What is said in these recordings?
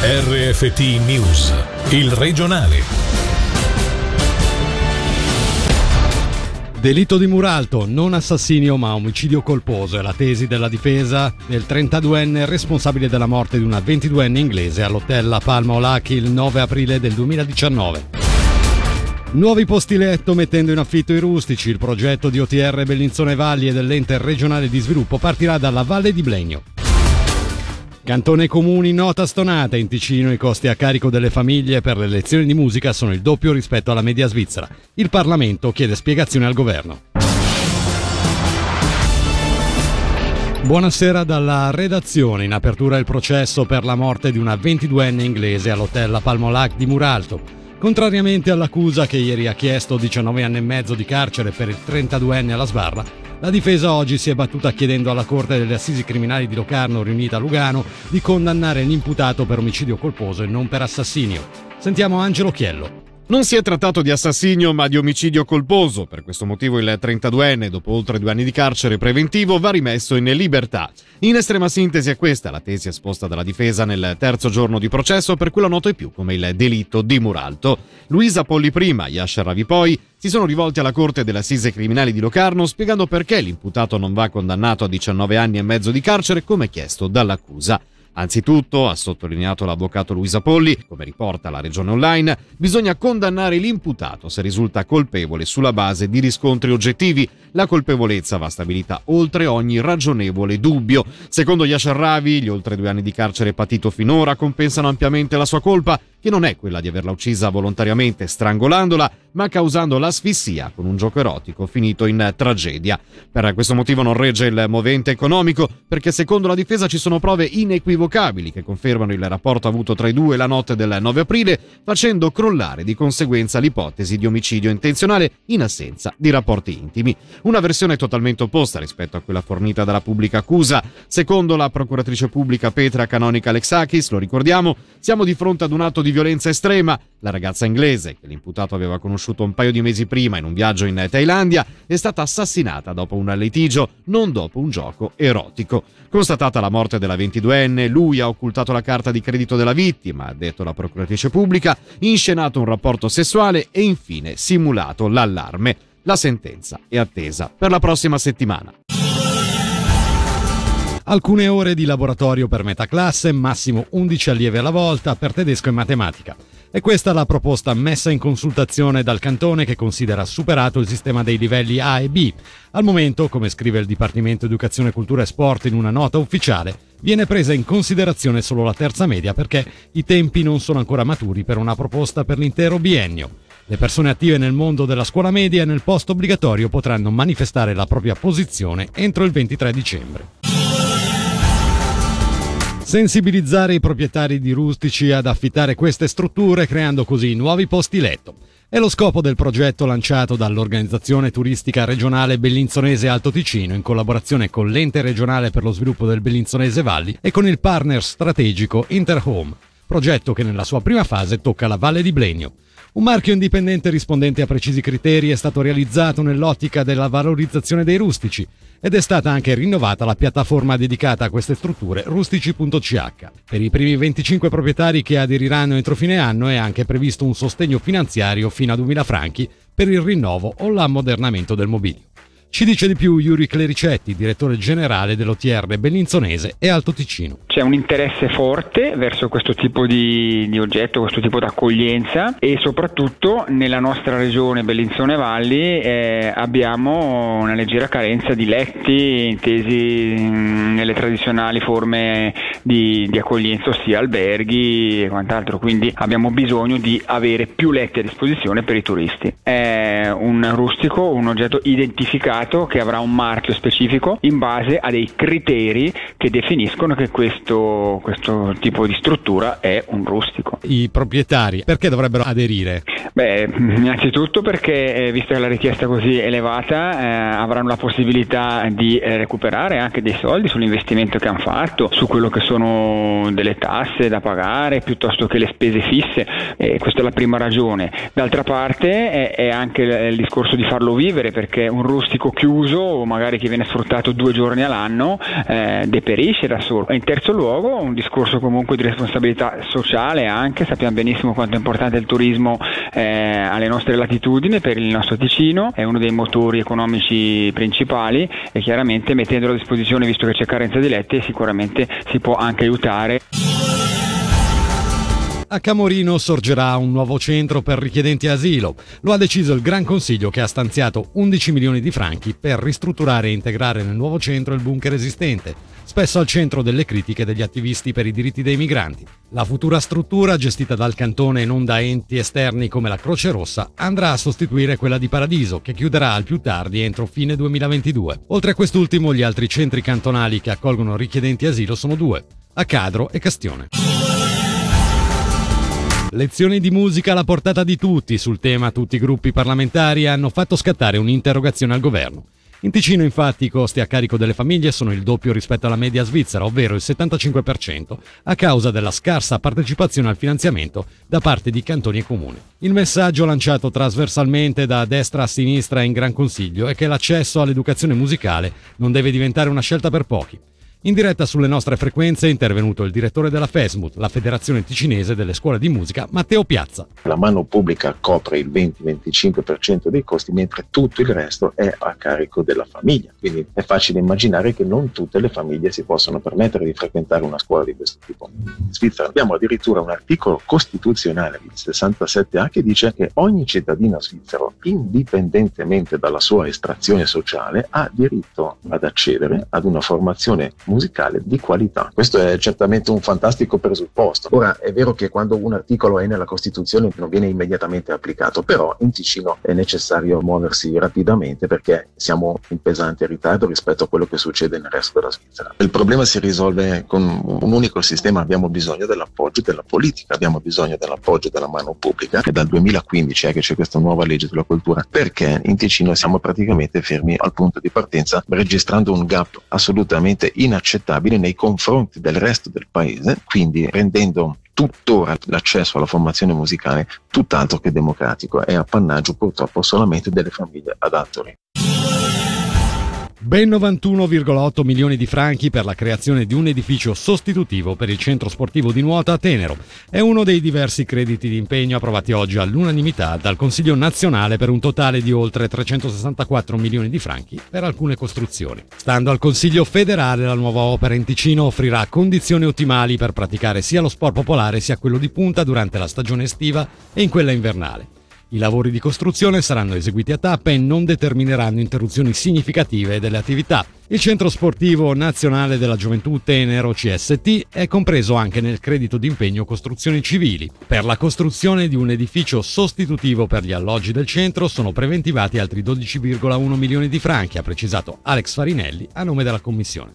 RFT News, il regionale. Delitto di Muralto, non assassinio ma omicidio colposo è la tesi della difesa del 32enne responsabile della morte di una 22enne inglese all'hotel La Palma Olac il 9 aprile del 2019. Nuovi posti letto mettendo in affitto i rustici. Il progetto di OTR Bellinzone Valli e dell'ente regionale di sviluppo partirà dalla Valle di Blegno. Cantone Comuni, nota stonata. In Ticino i costi a carico delle famiglie per le lezioni di musica sono il doppio rispetto alla media svizzera. Il Parlamento chiede spiegazioni al governo. Buonasera dalla redazione. In apertura il processo per la morte di una 22enne inglese all'hotel La Palma Olac di Muralto. Contrariamente all'accusa che ieri ha chiesto 19 anni e mezzo di carcere per il 32enne alla sbarra, la difesa oggi si è battuta chiedendo alla Corte delle Assisi Criminali di Locarno, riunita a Lugano, di condannare l'imputato per omicidio colposo e non per assassinio. Sentiamo Angelo Chiello. Non si è trattato di assassinio ma di omicidio colposo. Per questo motivo il 32enne, dopo oltre 2 anni di carcere preventivo, va rimesso in libertà. In estrema sintesi è questa la tesi esposta dalla difesa nel terzo giorno di processo per quello noto ai più come il delitto di Muralto. Luisa Polli prima, Yasser Ravi poi, si sono rivolti alla Corte delle Assise Criminali di Locarno spiegando perché l'imputato non va condannato a 19 anni e mezzo di carcere come chiesto dall'accusa. Anzitutto, ha sottolineato l'avvocato Luisa Polli, come riporta la Regione Online, bisogna condannare l'imputato se risulta colpevole sulla base di riscontri oggettivi. La colpevolezza va stabilita oltre ogni ragionevole dubbio. Secondo Yasser Ravi, gli oltre 2 anni di carcere patito finora compensano ampiamente la sua colpa, che non è quella di averla uccisa volontariamente strangolandola, ma causando l'asfissia con un gioco erotico finito in tragedia. Per questo motivo non regge il movente economico, perché secondo la difesa ci sono prove inequivocabili che confermano il rapporto avuto tra i due la notte del 9 aprile, facendo crollare di conseguenza l'ipotesi di omicidio intenzionale in assenza di rapporti intimi. Una versione totalmente opposta rispetto a quella fornita dalla pubblica accusa. Secondo la procuratrice pubblica Petra Canonica Alexakis, lo ricordiamo, siamo di fronte ad un atto di violenza estrema. La ragazza inglese, che l'imputato aveva conosciuto un paio di mesi prima in un viaggio in Thailandia, è stata assassinata dopo un litigio, non dopo un gioco erotico. Constatata la morte della 22enne, lui ha occultato la carta di credito della vittima, ha detto la procuratrice pubblica, inscenato un rapporto sessuale e infine simulato l'allarme. La sentenza è attesa per la prossima settimana. Alcune ore di laboratorio per metà classe, massimo 11 allievi alla volta per tedesco e matematica. E questa la proposta messa in consultazione dal Cantone, che considera superato il sistema dei livelli A e B. Al momento, come scrive il Dipartimento Educazione, Cultura e Sport in una nota ufficiale, viene presa in considerazione solo la terza media perché i tempi non sono ancora maturi per una proposta per l'intero biennio. Le persone attive nel mondo della scuola media e nel post obbligatorio potranno manifestare la propria posizione entro il 23 dicembre. Sensibilizzare i proprietari di rustici ad affittare queste strutture, creando così nuovi posti letto. È lo scopo del progetto lanciato dall'organizzazione turistica regionale Bellinzonese Alto Ticino in collaborazione con l'ente regionale per lo sviluppo del Bellinzonese Valli e con il partner strategico Interhome, progetto che nella sua prima fase tocca la Valle di Blegno. Un marchio indipendente rispondente a precisi criteri è stato realizzato nell'ottica della valorizzazione dei rustici ed è stata anche rinnovata la piattaforma dedicata a queste strutture rustici.ch. Per i primi 25 proprietari che aderiranno entro fine anno è anche previsto un sostegno finanziario fino a 2.000 franchi per il rinnovo o l'ammodernamento del mobilio. Ci dice di più Yuri Clericetti, direttore generale dell'OTR Bellinzonese e Alto Ticino. C'è un interesse forte verso questo tipo di oggetto, questo tipo di accoglienza, e soprattutto nella nostra regione Bellinzone Valli abbiamo una leggera carenza di letti intesi nelle tradizionali forme di accoglienza, ossia alberghi e quant'altro, quindi abbiamo bisogno di avere più letti a disposizione per i turisti. È un rustico, un oggetto identificato che avrà un marchio specifico in base a dei criteri che definiscono che questo tipo di struttura è un rustico. I proprietari perché dovrebbero aderire? Innanzitutto perché visto che la richiesta è così elevata avranno la possibilità di recuperare anche dei soldi sull'investimento investimento che hanno fatto, su quello che sono delle tasse da pagare piuttosto che le spese fisse. Questa è la prima ragione. D'altra parte è anche il discorso di farlo vivere, perché un rustico chiuso o magari che viene sfruttato 2 giorni all'anno deperisce da solo. E in terzo luogo un discorso comunque di responsabilità sociale anche. Sappiamo benissimo quanto è importante il turismo alle nostre latitudini, per il nostro Ticino è uno dei motori economici principali, e chiaramente mettendolo a disposizione, visto che c'è carenza di letti, sicuramente si può anche aiutare. A Camorino sorgerà un nuovo centro per richiedenti asilo. Lo ha deciso il Gran Consiglio, che ha stanziato 11 milioni di franchi per ristrutturare e integrare nel nuovo centro il bunker esistente, spesso al centro delle critiche degli attivisti per i diritti dei migranti. La futura struttura, gestita dal cantone e non da enti esterni come la Croce Rossa, andrà a sostituire quella di Paradiso, che chiuderà al più tardi entro fine 2022. Oltre a quest'ultimo, gli altri centri cantonali che accolgono richiedenti asilo sono 2, a Cadro e Castione. Lezioni di musica alla portata di tutti. Sul tema tutti i gruppi parlamentari hanno fatto scattare un'interrogazione al governo. In Ticino, infatti, i costi a carico delle famiglie sono il doppio rispetto alla media svizzera, ovvero il 75%, a causa della scarsa partecipazione al finanziamento da parte di cantoni e comuni. Il messaggio lanciato trasversalmente da destra a sinistra in Gran Consiglio è che l'accesso all'educazione musicale non deve diventare una scelta per pochi. In diretta sulle nostre frequenze è intervenuto il direttore della FESMUT, la Federazione Ticinese delle Scuole di Musica, Matteo Piazza. La mano pubblica copre il 20-25% dei costi, mentre tutto il resto è a carico della famiglia. Quindi è facile immaginare che non tutte le famiglie si possono permettere di frequentare una scuola di questo tipo. In Svizzera abbiamo addirittura un articolo costituzionale, il 67A, che dice che ogni cittadino svizzero, indipendentemente dalla sua estrazione sociale, ha diritto ad accedere ad una formazione musicale di qualità. Questo è certamente un fantastico presupposto. Ora, è vero che quando un articolo è nella Costituzione non viene immediatamente applicato, però in Ticino è necessario muoversi rapidamente, perché siamo in pesante ritardo rispetto a quello che succede nel resto della Svizzera. Il problema si risolve con un unico sistema. Abbiamo bisogno dell'appoggio della politica, abbiamo bisogno dell'appoggio della mano pubblica. È dal 2015 che c'è questa nuova legge sulla cultura, perché in Ticino siamo praticamente fermi al punto di partenza, registrando un gap assolutamente inaccettabile nei confronti del resto del paese, quindi rendendo tuttora l'accesso alla formazione musicale tutt'altro che democratico. È appannaggio purtroppo solamente delle famiglie ad alto reddito. Ben 91,8 milioni di franchi per la creazione di un edificio sostitutivo per il centro sportivo di nuoto a Tenero. È uno dei diversi crediti di impegno approvati oggi all'unanimità dal Consiglio nazionale, per un totale di oltre 364 milioni di franchi per alcune costruzioni. Stando al Consiglio federale, la nuova opera in Ticino offrirà condizioni ottimali per praticare sia lo sport popolare sia quello di punta durante la stagione estiva e in quella invernale. I lavori di costruzione saranno eseguiti a tappe e non determineranno interruzioni significative delle attività. Il Centro Sportivo Nazionale della Gioventù Tenero CST è compreso anche nel credito d'impegno costruzioni civili. Per la costruzione di un edificio sostitutivo per gli alloggi del centro sono preventivati altri 12,1 milioni di franchi, ha precisato Alex Farinelli a nome della Commissione.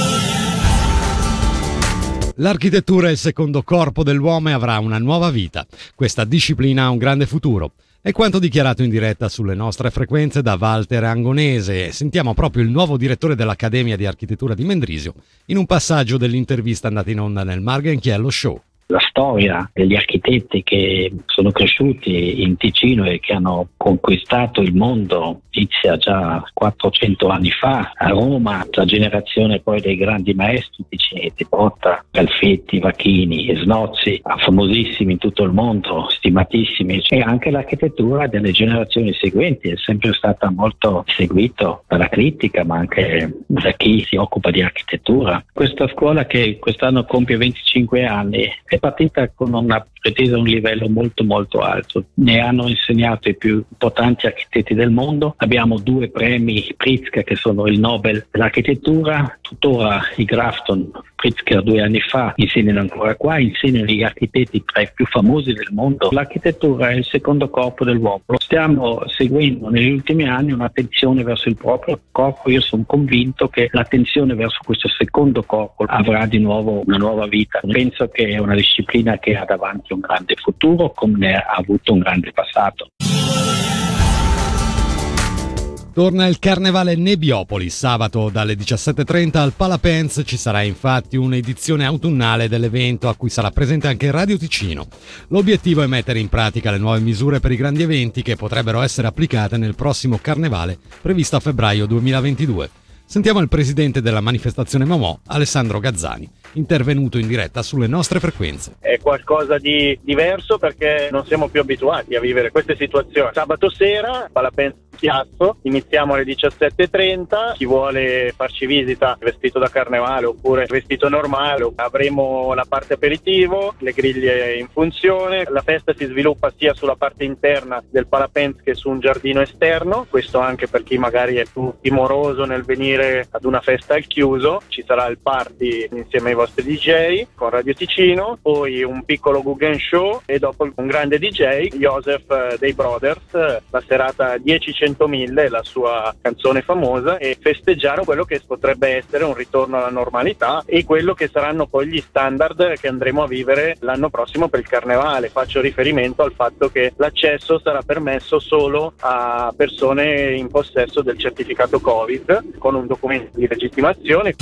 L'architettura è il secondo corpo dell'uomo e avrà una nuova vita. Questa disciplina ha un grande futuro. È quanto dichiarato in diretta sulle nostre frequenze da Walter Angonese. Sentiamo proprio il nuovo direttore dell'Accademia di Architettura di Mendrisio in un passaggio dell'intervista andata in onda nel Marghenchiello Show. La storia degli architetti che sono cresciuti in Ticino e che hanno conquistato il mondo inizia già 400 anni fa a Roma. La generazione poi dei grandi maestri ticinesi, Botta, Calfetti, Vacchini e Snozzi, famosissimi in tutto il mondo, stimatissimi, e anche l'architettura delle generazioni seguenti è sempre stata molto seguito dalla critica, ma anche da chi si occupa di architettura. Questa scuola, che quest'anno compie 25 anni, è partita con una pretesa, un livello molto molto alto. Ne hanno insegnato i più importanti architetti del mondo. Abbiamo 2 premi Pritzker, che sono il Nobel dell'architettura. Tuttora i Grafton, Pritzker 2 anni fa, insegnano ancora qua, insegnano gli architetti tra i più famosi del mondo. L'architettura è il secondo corpo dell'uomo. Stiamo seguendo negli ultimi anni un'attenzione verso il proprio corpo. Io sono convinto che l'attenzione verso questo secondo corpo avrà di nuovo una nuova vita. Penso che è una disciplina che ha davanti un grande futuro, come ne ha avuto un grande passato. Torna il Carnevale Nebiopoli, sabato dalle 17:30 al Palapens ci sarà infatti un'edizione autunnale dell'evento a cui sarà presente anche Radio Ticino. L'obiettivo è mettere in pratica le nuove misure per i grandi eventi che potrebbero essere applicate nel prossimo Carnevale previsto a febbraio 2022. Sentiamo il presidente della manifestazione Momò, Alessandro Gazzani, intervenuto in diretta sulle nostre frequenze. È qualcosa di diverso perché non siamo più abituati a vivere queste situazioni. Sabato sera, Palapens Chiasso, iniziamo alle 17:30, chi vuole farci visita vestito da carnevale oppure vestito normale, avremo la parte aperitivo, le griglie in funzione, la festa si sviluppa sia sulla parte interna del Palapens che su un giardino esterno, questo anche per chi magari è più timoroso nel venire ad una festa al chiuso. Ci sarà il party insieme ai vostri DJ con Radio Ticino, poi un piccolo Guggen Show e dopo un grande DJ, Joseph dei Brothers, la serata 10.100.000, la sua canzone famosa, e festeggiare quello che potrebbe essere un ritorno alla normalità e quello che saranno poi gli standard che andremo a vivere l'anno prossimo per il Carnevale. Faccio riferimento al fatto che l'accesso sarà permesso solo a persone in possesso del certificato Covid con un documento di legittimazione.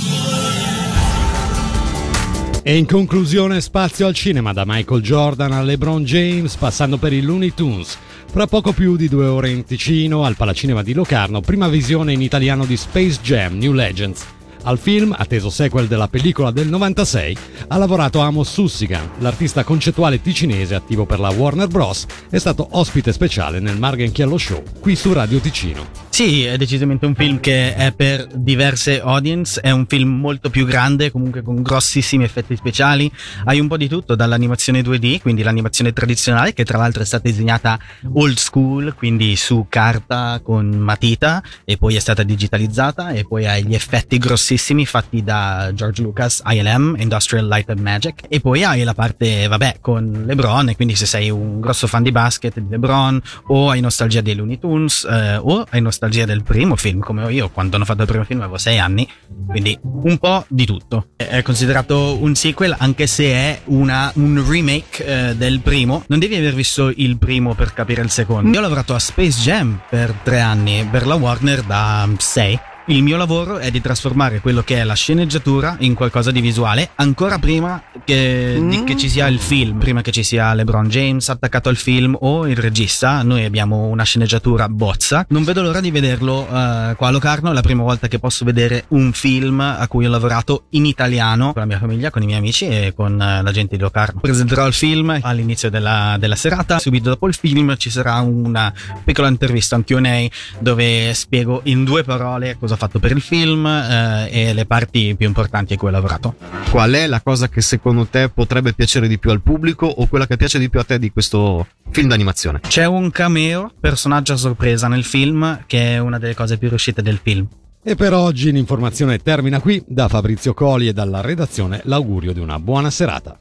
E in conclusione spazio al cinema, da Michael Jordan a LeBron James passando per i Looney Tunes. Fra poco più di 2 ore in Ticino, al Palacinema di Locarno, prima visione in italiano di Space Jam New Legends. Al film, atteso sequel della pellicola del 96, ha lavorato Amos Sussigan, l'artista concettuale ticinese attivo per la Warner Bros. È stato ospite speciale nel Marghenchiello Show, qui su Radio Ticino. Sì, è decisamente un film che è per diverse audience, è un film molto più grande, comunque con grossissimi effetti speciali, hai un po' di tutto, dall'animazione 2D, quindi l'animazione tradizionale, che tra l'altro è stata disegnata old school, quindi su carta con matita, e poi è stata digitalizzata, e poi hai gli effetti grossissimi fatti da George Lucas, ILM, Industrial Light and Magic, e poi hai la parte, con LeBron, e quindi se sei un grosso fan di basket, di LeBron, o hai nostalgia dei Looney Tunes, o hai nostalgia del primo film, come ho io. Quando hanno fatto il primo film avevo 6 anni, quindi un po' di tutto. È considerato un sequel, anche se è un remake del primo. Non devi aver visto il primo per capire il secondo. Io ho lavorato a Space Jam per 3 anni, per la Warner da 6. Il mio lavoro è di trasformare quello che è la sceneggiatura in qualcosa di visuale ancora prima che ci sia il film, prima che ci sia LeBron James attaccato al film o il regista. Noi abbiamo una sceneggiatura bozza. Non vedo l'ora di vederlo qua a Locarno. È la prima volta che posso vedere un film a cui ho lavorato in italiano con la mia famiglia, con i miei amici e con la gente di Locarno. Presenterò il film all'inizio della serata. Subito dopo il film ci sarà una piccola intervista, un Q&A, dove spiego in 2 parole cosa ho fatto per il film e le parti più importanti a cui ho lavorato. Qual è la cosa che secondo te potrebbe piacere di più al pubblico o quella che piace di più a te di questo film d'animazione? C'è un cameo, personaggio a sorpresa nel film, che è una delle cose più riuscite del film. E per oggi l'informazione termina qui. Da Fabrizio Coli e dalla redazione l'augurio di una buona serata.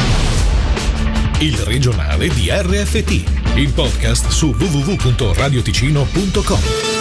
Il regionale di RFT, il podcast su www.radioticino.com.